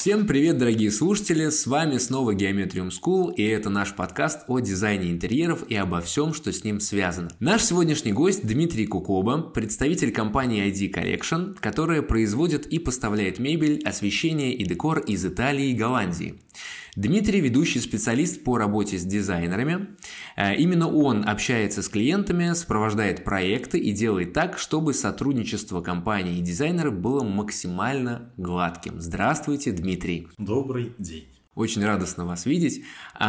Всем привет, дорогие слушатели! С вами снова Geometrium School, и это наш подкаст о дизайне интерьеров и обо всем, что с ним связано. Наш сегодняшний гость Дмитрий Кукоба, представитель компании ID Collection, которая производит и поставляет мебель, освещение и декор из Италии и Голландии. Дмитрий – ведущий специалист по работе с дизайнерами. Именно он общается с клиентами, сопровождает проекты и делает так, чтобы сотрудничество компании и дизайнеров было максимально гладким. Здравствуйте, Дмитрий. Добрый день. Очень радостно вас видеть.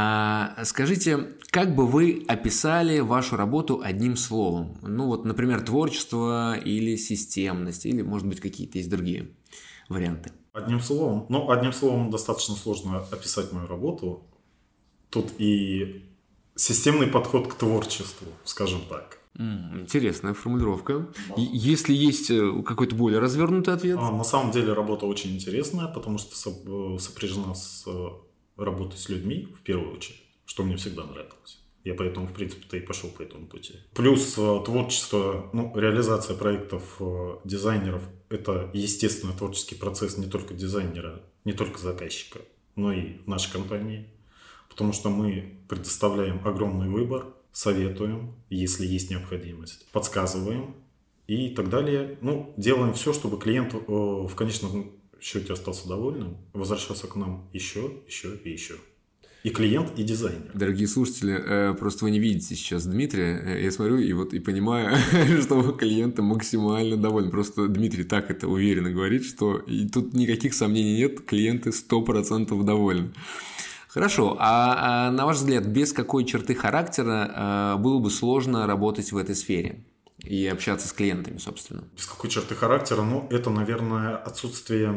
Скажите, как бы вы описали вашу работу одним словом? Например, творчество или системность, или, может быть, какие-то есть другие варианты? Одним словом достаточно сложно описать мою работу. Тут и системный подход к творчеству, скажем так. Интересная формулировка. Если есть какой-то более развернутый ответ? На самом деле работа очень интересная, потому что сопряжена с работой с людьми, в первую очередь, что мне всегда нравилось. Я поэтому, в принципе-то, и пошел по этому пути. Плюс творчество, реализация проектов дизайнеров – это естественный творческий процесс не только дизайнера, не только заказчика, но и нашей компании. Потому что мы предоставляем огромный выбор, советуем, если есть необходимость, подсказываем и так далее. Делаем все, чтобы клиент в конечном счете остался довольным, возвращался к нам еще и еще. И клиент, и дизайнер. Дорогие слушатели, просто вы не видите сейчас Дмитрия. Я смотрю и понимаю, что клиенты максимально довольны. Просто Дмитрий так это уверенно говорит, что и тут никаких сомнений нет, клиенты 100% довольны. Хорошо, а на ваш взгляд, без какой черты характера было бы сложно работать в этой сфере и общаться с клиентами, собственно? Без какой черты характера? Это, наверное, отсутствие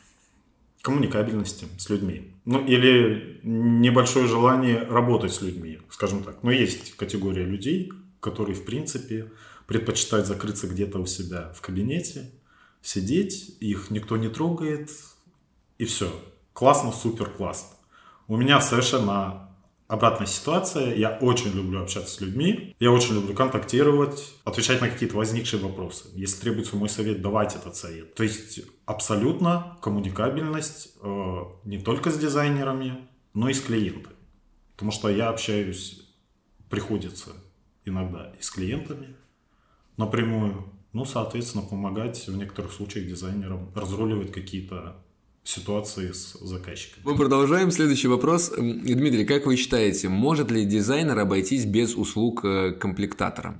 коммуникабельности с людьми. Или небольшое желание работать с людьми, скажем так. Но есть категория людей, которые, в принципе, предпочитают закрыться где-то у себя в кабинете, сидеть, их никто не трогает, и все. Классно, супер классно. У меня совершенно обратная ситуация. Я очень люблю общаться с людьми, я очень люблю контактировать, отвечать на какие-то возникшие вопросы. Если требуется мой совет, давайте этот совет. То есть абсолютно коммуникабельность не только с дизайнерами, но и с клиентами. Потому что я общаюсь, приходится иногда и с клиентами напрямую, соответственно, помогать в некоторых случаях дизайнерам разруливать какие-то ситуации с заказчиками. Мы продолжаем. Следующий вопрос. Дмитрий, как вы считаете, может ли дизайнер обойтись без услуг комплектатора?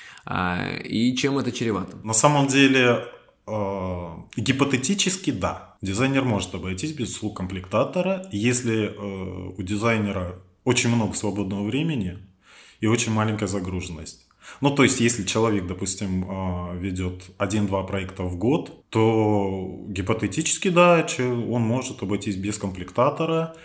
И чем это чревато? На самом деле, гипотетически, да. Дизайнер может обойтись без услуг комплектатора, если у дизайнера очень много свободного времени и очень маленькая загруженность. То есть, если человек, допустим, ведет 1-2 проекта в год, то гипотетически, да, он может обойтись без комплектатора.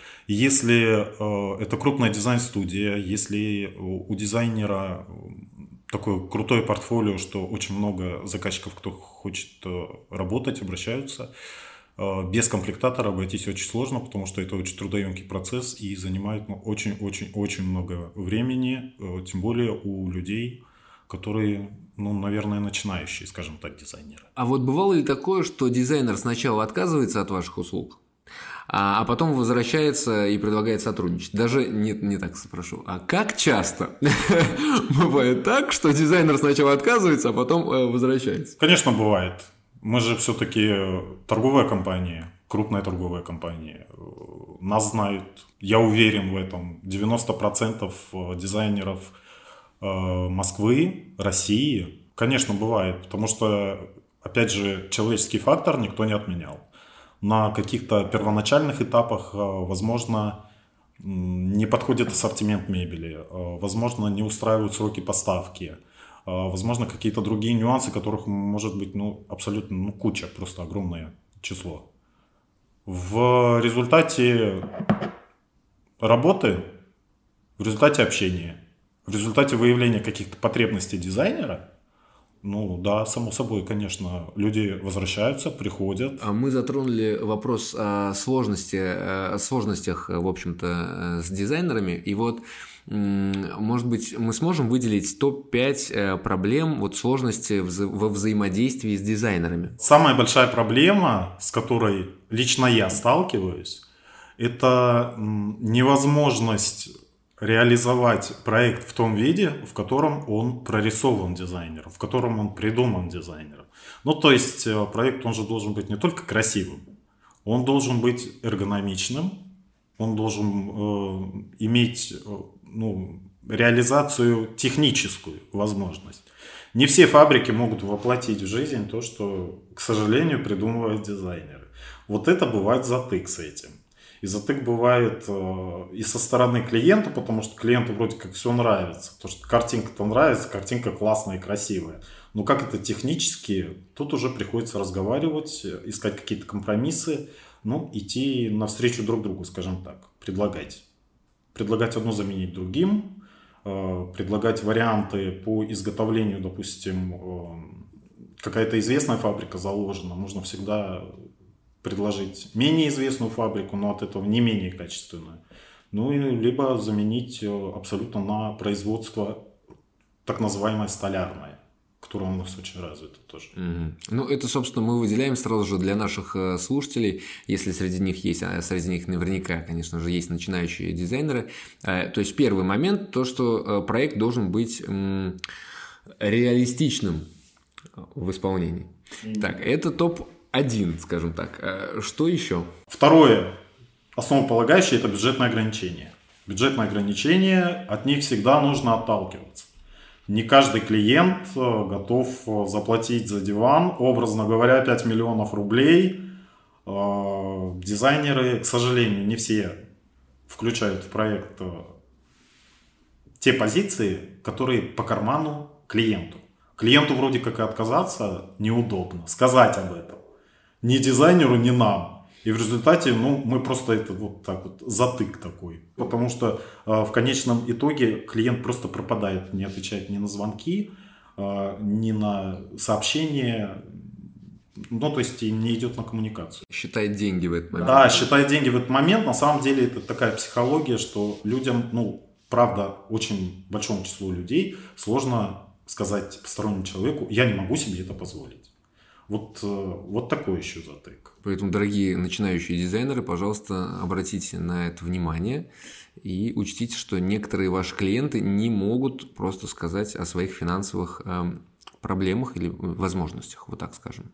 Если это крупная дизайн-студия, если у дизайнера такое крутое портфолио, что очень много заказчиков, кто хочет работать, обращаются, без комплектатора обойтись очень сложно, потому что это очень трудоемкий процесс и занимает очень-очень-очень много времени, тем более у людей, которые, наверное, начинающие, скажем так, дизайнеры. А вот бывало ли такое, что дизайнер сначала отказывается от ваших услуг, а потом возвращается и предлагает сотрудничать? Даже не так спрошу. А как часто бывает так, что дизайнер сначала отказывается, а потом возвращается? Конечно, бывает. Мы же все-таки торговая компания, крупная торговая компания. Нас знают, я уверен в этом, 90% дизайнеров Москвы, России. Конечно, бывает, потому что, опять же, человеческий фактор никто не отменял. На каких-то первоначальных этапах, возможно, не подходит ассортимент мебели, возможно, не устраивают сроки поставки, возможно, какие-то другие нюансы, которых может быть абсолютно куча, просто огромное число. В результате работы, в результате общения, в результате выявления каких-то потребностей дизайнера, да, само собой, конечно, люди возвращаются, приходят. А мы затронули вопрос о сложностях, в общем-то, с дизайнерами. И вот может быть, мы сможем выделить топ-5 проблем вот сложности во взаимодействии с дизайнерами? Самая большая проблема, с которой лично я сталкиваюсь, это невозможность реализовать проект в том виде, в котором он прорисован дизайнером, в котором он придуман дизайнером. Ну, то есть проект, он же должен быть не только красивым, он должен быть эргономичным, он должен иметь реализацию техническую возможность. Не все фабрики могут воплотить в жизнь то, что, к сожалению, придумывают дизайнеры. Вот это бывает затык с этим. И затык бывает и со стороны клиента, потому что клиенту вроде как все нравится. Потому что картинка-то нравится, картинка классная и красивая. Но как это технически, тут уже приходится разговаривать, искать какие-то компромиссы, идти навстречу друг другу, скажем так, предлагать. Предлагать одно заменить другим, предлагать варианты по изготовлению, допустим, какая-то известная фабрика заложена, можно всегда предложить менее известную фабрику, но от этого не менее качественную. Либо заменить абсолютно на производство так называемое столярное, которое у нас очень развито тоже. Это, собственно, мы выделяем сразу же для наших слушателей, если среди них есть, а среди них наверняка, конечно же, есть начинающие дизайнеры. То есть первый момент, то, что проект должен быть реалистичным в исполнении. Так, это топ-1, скажем так. Что еще? Второе, основополагающее, это бюджетное ограничение. Бюджетное ограничение, от них всегда нужно отталкиваться. Не каждый клиент готов заплатить за диван, образно говоря, 5 миллионов рублей. Дизайнеры, к сожалению, не все включают в проект те позиции, которые по карману клиенту. Клиенту вроде как и отказаться неудобно, сказать об этом. Ни дизайнеру, ни нам. И в результате, мы просто это вот так вот, затык такой. Потому что в конечном итоге клиент просто пропадает, не отвечает ни на звонки, ни на сообщения, то есть и не идет на коммуникацию. Считает деньги в этот момент. Да, считает деньги в этот момент. На самом деле это такая психология, что людям, правда, очень большому числу людей сложно сказать постороннему человеку: я не могу себе это позволить. Вот такой еще затык. Поэтому, дорогие начинающие дизайнеры, пожалуйста, обратите на это внимание и учтите, что некоторые ваши клиенты не могут просто сказать о своих финансовых проблемах или возможностях, вот так скажем.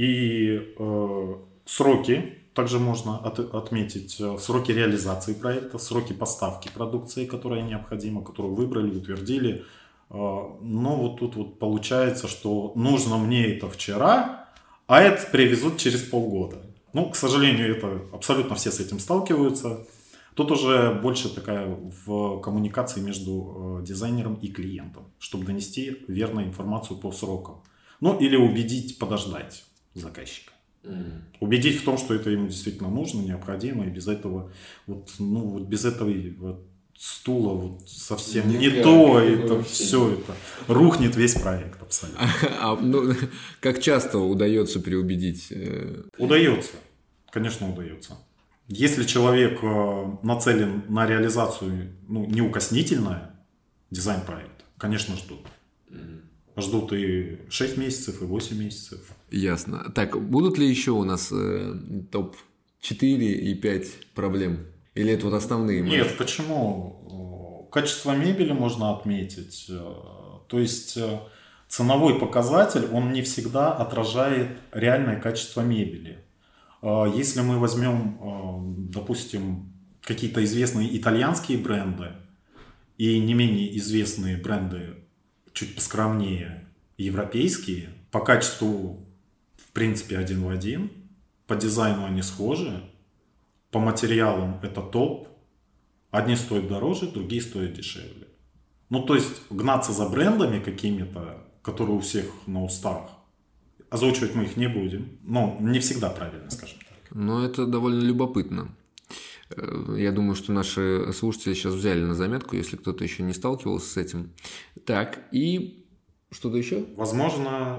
Сроки. Также можно отметить сроки реализации проекта, сроки поставки продукции, которая необходима, которую выбрали, утвердили. Тут получается, что нужно мне это вчера, а это привезут через полгода. К сожалению, это абсолютно все с этим сталкиваются. Тут уже больше такая в коммуникации между дизайнером и клиентом, чтобы донести верную информацию по срокам. Или убедить подождать заказчика. Убедить в том, что это ему действительно нужно, необходимо, и без этого, без этого стула совсем не то, это все это рухнет весь проект абсолютно. Как часто удается переубедить? Удается, конечно, удается. Если человек нацелен на реализацию неукоснительное дизайн-проекта, конечно, ждут. Ждут и 6 месяцев, и 8 месяцев. Ясно. Так, будут ли еще у нас топ-4 и 5 проблем? Или это вот основные? Нет, почему? Качество мебели можно отметить. То есть ценовой показатель, он не всегда отражает реальное качество мебели. Если мы возьмем, допустим, какие-то известные итальянские бренды и не менее известные бренды, чуть поскромнее, европейские, по качеству в принципе один в один, по дизайну они схожи, по материалам это топ. Одни стоят дороже, другие стоят дешевле. То есть гнаться за брендами какими-то, которые у всех на устах, озвучивать мы их не будем. Не всегда правильно, скажем так. Это довольно любопытно. Я думаю, что наши слушатели сейчас взяли на заметку, если кто-то еще не сталкивался с этим. Так, и что-то еще? Возможно,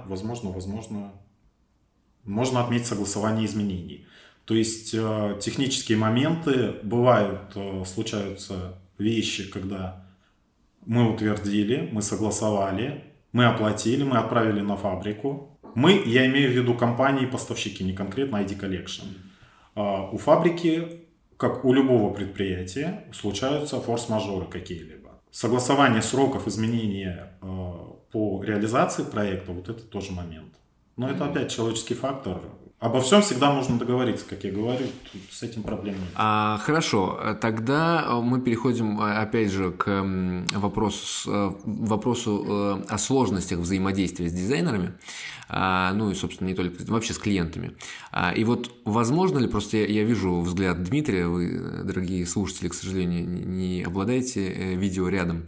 можно отметить согласование изменений. То есть технические моменты, бывают, случаются вещи, когда мы утвердили, мы согласовали, мы оплатили, мы отправили на фабрику. Мы, я имею в виду компании-поставщики, не конкретно ID Collection. У фабрики, как у любого предприятия, случаются форс-мажоры какие-либо. Согласование сроков изменения по реализации проекта, вот это тоже момент. Но это опять человеческий фактор. Обо всем всегда можно договориться, как я говорю, тут с этим проблем нет. Хорошо, тогда мы переходим опять же к вопросу о сложностях взаимодействия с дизайнерами, ну и, собственно, не только, вообще с клиентами. И вот возможно ли, просто я вижу взгляд Дмитрия, вы, дорогие слушатели, к сожалению, не обладаете видео рядом,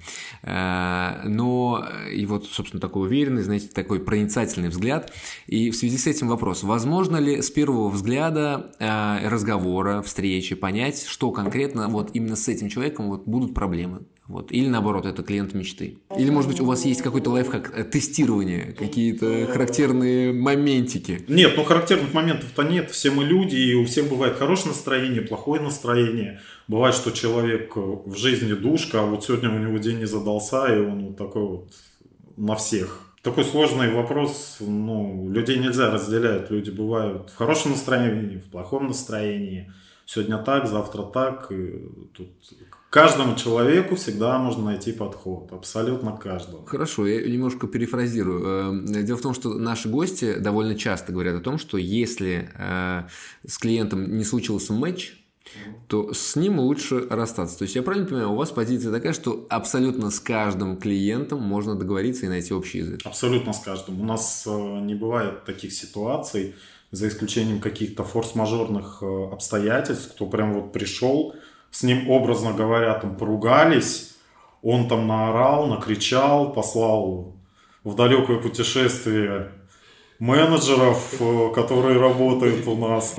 но и вот, собственно, такой уверенный, знаете, такой проницательный взгляд. И в связи с этим вопрос, возможно ли с первого взгляда разговора, встречи понять, что конкретно вот именно с этим человеком вот будут проблемы? Вот. Или наоборот, это клиент мечты. Или, может быть, у вас есть какой-то лайфхак тестирования, какие-то характерные моментики? Нет, характерных моментов-то нет. Все мы люди, и у всех бывает хорошее настроение, плохое настроение. Бывает, что человек в жизни душка, а вот сегодня у него день не задался, и он вот такой вот на всех. Такой сложный вопрос, людей нельзя разделять. Люди бывают в хорошем настроении, в плохом настроении. Сегодня так, завтра так. И тут каждому человеку всегда можно найти подход. Абсолютно каждому. Хорошо, я немножко перефразирую. Дело в том, что наши гости довольно часто говорят о том, что если с клиентом не случился матч, то с ним лучше расстаться. То есть я правильно понимаю, у вас позиция такая, что абсолютно с каждым клиентом можно договориться и найти общий язык? Абсолютно с каждым. У нас не бывает таких ситуаций, за исключением каких-то форс-мажорных обстоятельств, кто прям вот пришел, с ним, образно говоря, там поругались, он там наорал, накричал, послал в далекое путешествие менеджеров, которые работают у нас.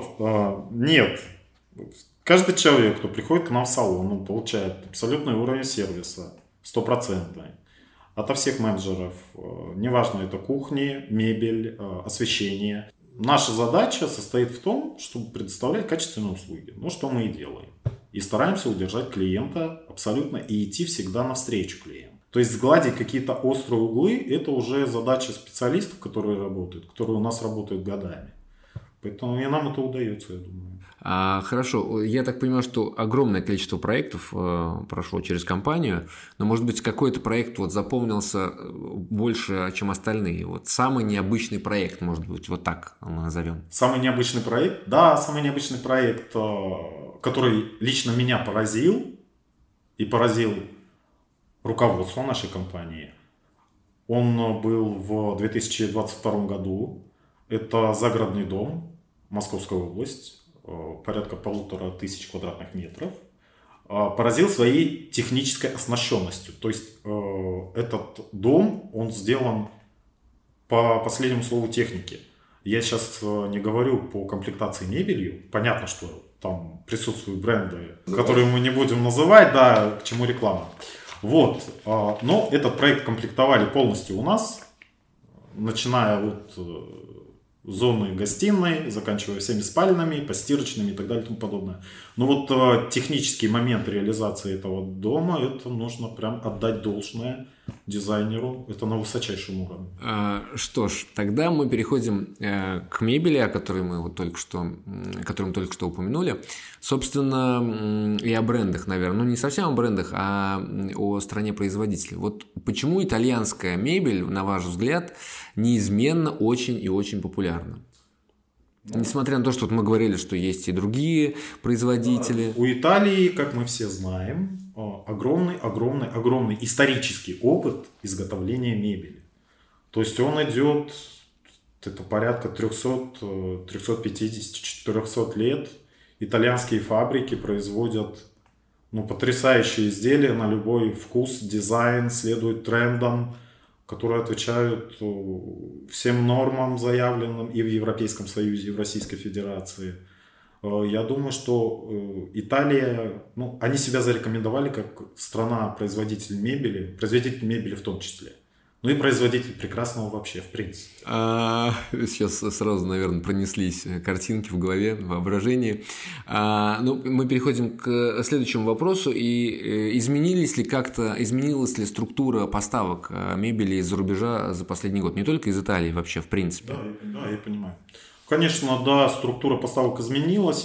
Нет. Каждый человек, кто приходит к нам в салон, он получает абсолютный уровень сервиса, 100%. Ото всех менеджеров, неважно, это кухни, мебель, освещение. Наша задача состоит в том, чтобы предоставлять качественные услуги. Что мы и делаем. И стараемся удержать клиента абсолютно и идти всегда навстречу клиенту. То есть сгладить какие-то острые углы, это уже задача специалистов, которые работают, которые у нас работают годами. Поэтому и нам это удается, я думаю. Хорошо, я так понимаю, что огромное количество проектов прошло через компанию, но, может быть, какой-то проект вот запомнился больше, чем остальные. Вот самый необычный проект, может быть, вот так мы назовем. Самый необычный проект? Да, самый необычный проект, который лично меня поразил и поразил руководство нашей компании. Он был в 2022 году. Это загородный дом, Московская область. Порядка 1500 квадратных метров, поразил своей технической оснащенностью. То есть этот дом, он сделан по последнему слову техники. Я сейчас не говорю по комплектации мебелью. Понятно, что там присутствуют бренды, которые мы не будем называть, да, к чему реклама. Но этот проект комплектовали полностью у нас, начиная от зоны гостиной, заканчивая всеми спальными, постирочными и так далее и тому подобное. Технический момент реализации этого дома, это нужно прям отдать должное дизайнеру. Это на высочайшем уровне. Что ж, тогда мы переходим к мебели, о которой мы которую мы только что упомянули. Собственно, и о брендах, наверное. Не совсем о брендах, а о стране-производителе. Почему итальянская мебель, на ваш взгляд, неизменно очень и очень популярна? Несмотря на то, что мы говорили, что есть и другие производители. У Италии, как мы все знаем, огромный исторический опыт изготовления мебели. То есть он идет, это порядка 300, 350, 400 лет. Итальянские фабрики производят потрясающие изделия на любой вкус, дизайн, следуют трендам, которые отвечают всем нормам, заявленным и в Европейском Союзе, и в Российской Федерации. Я думаю, что Италия, они себя зарекомендовали как страна-производитель мебели в том числе. Ну и производитель прекрасного вообще, в принципе. Сейчас сразу, наверное, пронеслись картинки в голове, в воображении. Ну, мы переходим к следующему вопросу. И изменилась ли структура поставок мебели из-за рубежа за последний год? Не только из Италии, вообще, в принципе. Да, я понимаю. Конечно, да, структура поставок изменилась.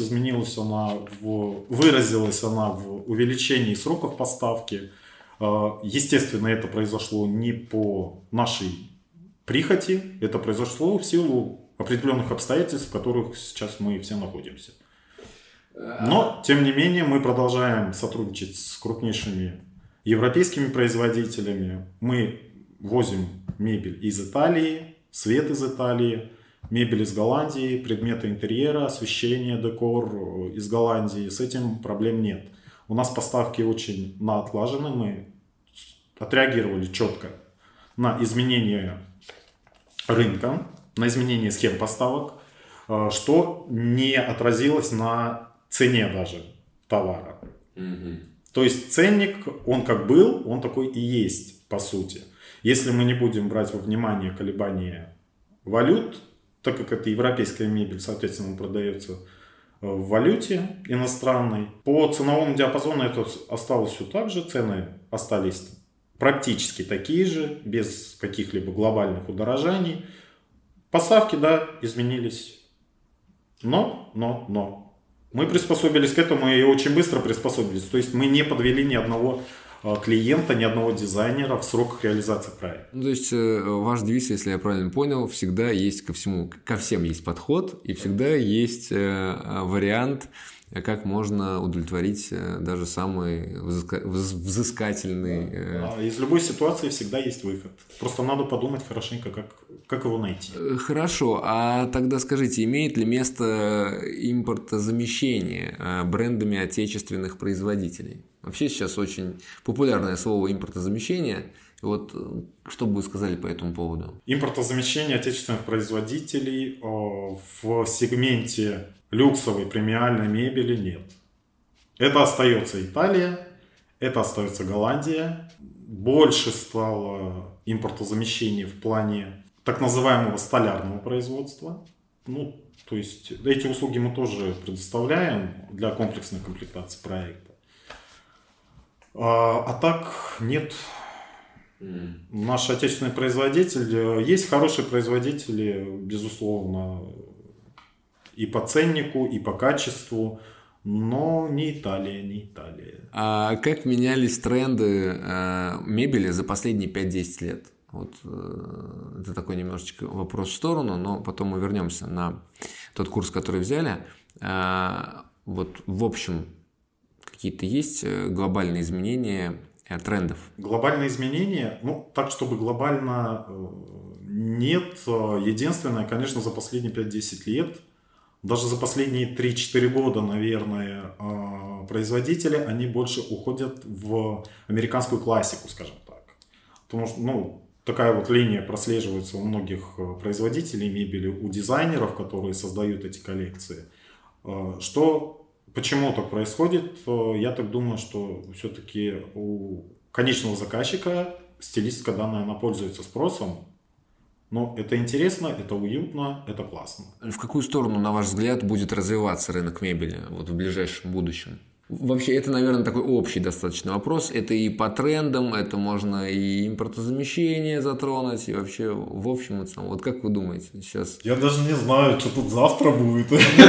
Выразилась она в увеличении сроков поставки. Естественно, это произошло не по нашей прихоти, это произошло в силу определенных обстоятельств, в которых сейчас мы все находимся. Но, тем не менее, мы продолжаем сотрудничать с крупнейшими европейскими производителями. Мы возим мебель из Италии, свет из Италии, мебель из Голландии, предметы интерьера, освещение, декор из Голландии. С этим проблем нет. У нас поставки очень отлажены, мы отреагировали четко на изменения рынка, на изменение схем поставок, что не отразилось на цене даже товара. То есть ценник, он как был, он такой и есть по сути. Если мы не будем брать во внимание колебания валют, так как это европейская мебель, соответственно, продается в валюте иностранной. По ценовому диапазону это осталось все так же, цены остались практически такие же, без каких-либо глобальных удорожаний. Поставки, да, изменились. Но мы приспособились к этому и очень быстро приспособились. То есть мы не подвели ни одного клиента, ни одного дизайнера в сроках реализации проекта. Ну, то есть ваш девиз, если я правильно понял, всегда есть ко всем есть подход, и всегда есть вариант, как можно удовлетворить даже самый взыскательный. Из любой ситуации всегда есть выход. Просто надо подумать хорошенько, как его найти. Хорошо, а тогда скажите, имеет ли место импортозамещение брендами отечественных производителей? Вообще сейчас очень популярное слово импортозамещение. Вот что бы вы сказали по этому поводу? Импортозамещение отечественных производителей в сегменте люксовой премиальной мебели нет. Это остается Италия, это остается Голландия. Больше стало импортозамещение в плане так называемого столярного производства. Ну, то есть эти услуги мы тоже предоставляем для комплексной комплектации проекта. А так нет. Наш отечественный производитель, есть хорошие производители, безусловно, и по ценнику, и по качеству, но не Италия. А как менялись тренды мебели за последние 5-10 лет? Вот это такой немножечко вопрос в сторону, но потом мы вернемся на тот курс, который взяли. Вот в общем, какие-то есть глобальные изменения трендов? Глобальные изменения, ну, так, чтобы глобально нет. Единственное, конечно, за последние 5-10 лет, даже за последние 3-4 года, наверное, производители, они больше уходят в американскую классику, скажем так. Потому что, ну, такая вот линия прослеживается у многих производителей мебели, у дизайнеров, которые создают эти коллекции. Почему так происходит? Я так думаю, что все-таки у конечного заказчика стилистика данная, она пользуется спросом. Но это интересно, это уютно, это классно. В какую сторону, на ваш взгляд, будет развиваться рынок мебели вот в ближайшем будущем? Вообще, это, наверное, такой общий достаточно вопрос. Это и по трендам, это можно и импортозамещение затронуть, и вообще в общем и целом. Вот как вы думаете сейчас? Я даже не знаю, что тут завтра будет.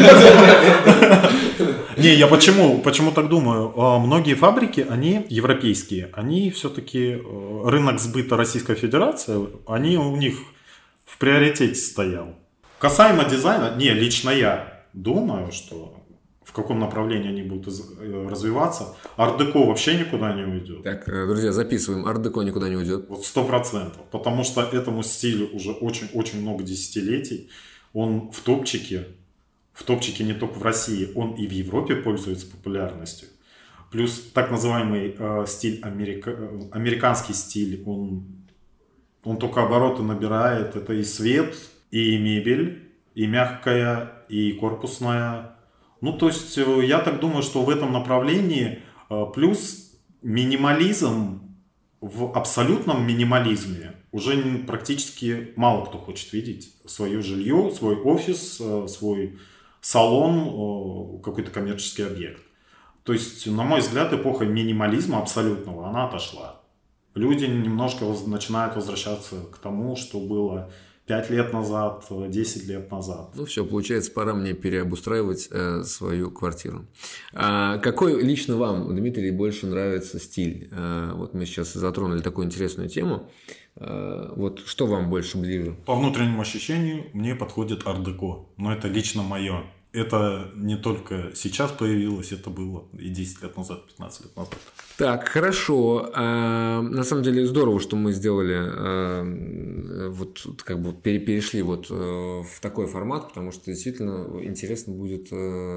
Не, я почему так думаю? Многие фабрики, они европейские, они все-таки рынок сбыта Российской Федерации, они у них в приоритете стоял. Касаемо дизайна, лично я думаю, что в каком направлении они будут развиваться. Арт-деко вообще никуда не уйдет. Так, друзья, записываем. Арт-деко никуда не уйдет. Вот 100%. Потому что этому стилю уже очень-очень много десятилетий. Он в топчике. В топчике не только в России, он и в Европе пользуется популярностью. Плюс так называемый стиль, американский стиль, он только обороты набирает. Это и свет, и мебель, и мягкая, и корпусная. Ну, то есть, я так думаю, что в этом направлении плюс минимализм в абсолютном минимализме уже практически мало кто хочет видеть свое жилье, свой офис, свой салон, какой-то коммерческий объект. То есть, на мой взгляд, эпоха минимализма абсолютного, она отошла. Люди немножко начинают возвращаться к тому, что было 5 лет назад, 10 лет назад. Ну все, получается, пора мне переобустраивать свою квартиру. Какой лично вам, Дмитрий, больше нравится стиль? Вот мы сейчас затронули такую интересную тему. Вот что вам больше ближе? По внутреннему ощущению мне подходит арт-деко, но это лично мое. Это не только сейчас появилось, это было и 10 лет назад, 15 лет назад. Так, хорошо. На самом деле здорово, что мы сделали, вот как бы перешли вот в такой формат, потому что действительно интересно будет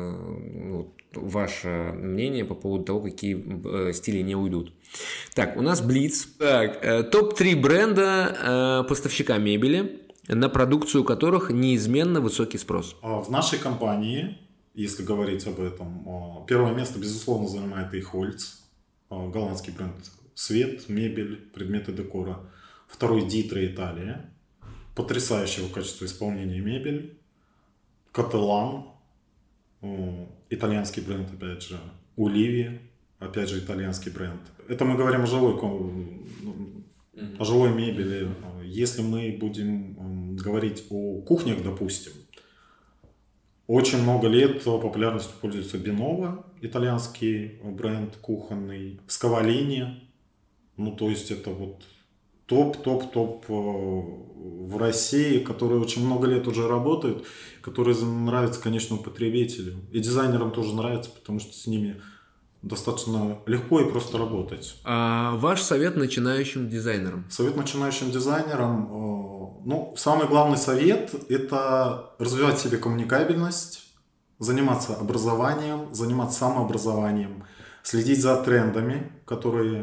ваше мнение по поводу того, какие стили не уйдут. Так, у нас Блиц. Так, топ-3 бренда поставщика мебели, на продукцию которых неизменно высокий спрос. В нашей компании, если говорить об этом, первое место, безусловно, занимает Эйхольц, голландский бренд «Свет», мебель, предметы декора. Второй Дитра, Италия, потрясающего качества исполнения мебель. Кателан, итальянский бренд, опять же. Оливия, опять же, итальянский бренд. Это мы говорим о жилой мебели. Если мы будем говорить о кухнях, допустим, очень много лет популярностью пользуется Бенова, итальянский бренд кухонный, Скавалини, ну то есть это вот топ в России, которые очень много лет уже работают, которые нравятся, конечно, потребителю. И дизайнерам тоже нравится, потому что с ними достаточно легко и просто работать. А ваш совет начинающим дизайнерам? Совет начинающим дизайнерам, ну, самый главный совет – это развивать в себе коммуникабельность, заниматься образованием, заниматься самообразованием, следить за трендами, которые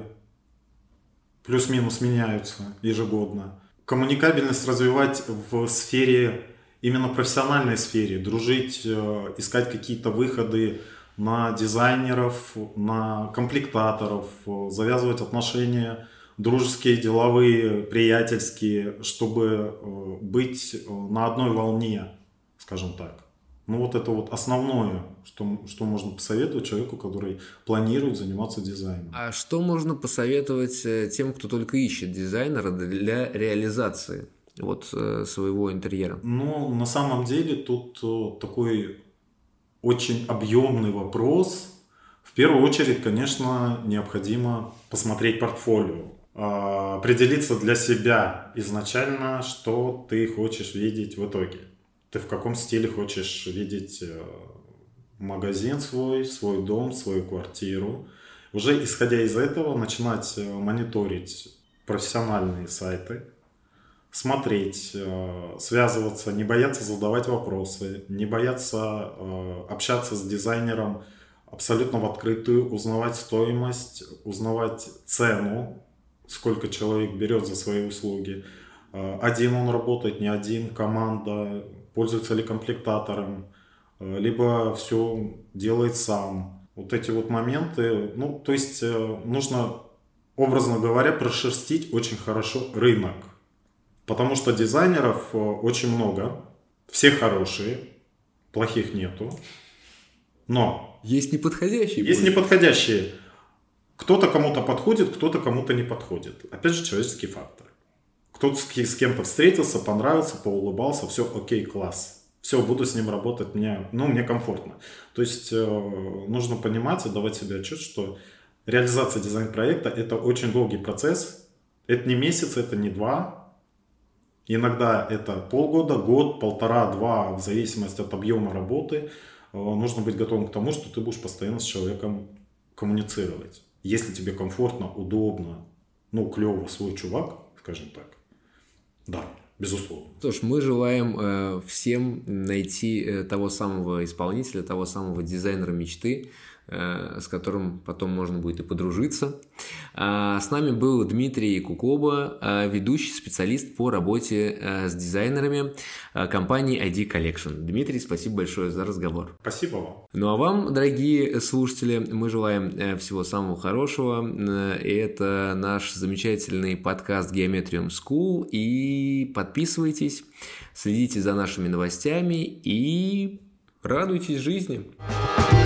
плюс-минус меняются ежегодно. Коммуникабельность развивать в сфере, именно профессиональной сфере, дружить, искать какие-то выходы на дизайнеров, на комплектаторов, завязывать отношения дружеские, деловые, приятельские, чтобы быть на одной волне, скажем так. Ну вот это вот основное, что можно посоветовать человеку, который планирует заниматься дизайном. А что можно посоветовать тем, кто только ищет дизайнера для реализации вот своего интерьера? Ну, на самом деле тут такой очень объемный вопрос. В первую очередь, конечно, необходимо посмотреть портфолио, определиться для себя изначально, что ты хочешь видеть в итоге. Ты в каком стиле хочешь видеть магазин свой дом, свою квартиру. Уже исходя из этого начинать мониторить профессиональные сайты, смотреть, связываться, не бояться задавать вопросы, не бояться общаться с дизайнером абсолютно в открытую, узнавать стоимость, узнавать цену, сколько человек берет за свои услуги. Один он работает, не один, команда, пользуется ли комплектатором, либо все делает сам. Вот эти вот моменты, ну, то есть нужно, образно говоря, прошерстить очень хорошо рынок. Потому что дизайнеров очень много, все хорошие, плохих нету, но есть неподходящие. Есть неподходящие. Кто-то кому-то подходит, кто-то кому-то не подходит. Опять же, человеческий фактор. Кто-то с кем-то встретился, понравился, поулыбался, все, окей, класс. Все, буду с ним работать, мне комфортно. То есть нужно понимать и давать себе отчет, что реализация дизайн-проекта – это очень долгий процесс. Это не месяц, это не 2. Иногда это полгода, год, 1,5-2, в зависимости от объема работы. Нужно быть готовым к тому, что ты будешь постоянно с человеком коммуницировать. Если тебе комфортно, удобно, клево свой чувак, скажем так, да, безусловно. Что ж, мы желаем всем найти того самого исполнителя, того самого дизайнера мечты, с которым потом можно будет и подружиться. С нами был Дмитрий Кукоба, ведущий специалист по работе с дизайнерами компании ID Collection. Дмитрий, спасибо большое за разговор. Спасибо вам. Ну а вам, дорогие слушатели, мы желаем всего самого хорошего. Это наш замечательный подкаст Geometrium School. И подписывайтесь, следите за нашими новостями и радуйтесь жизни.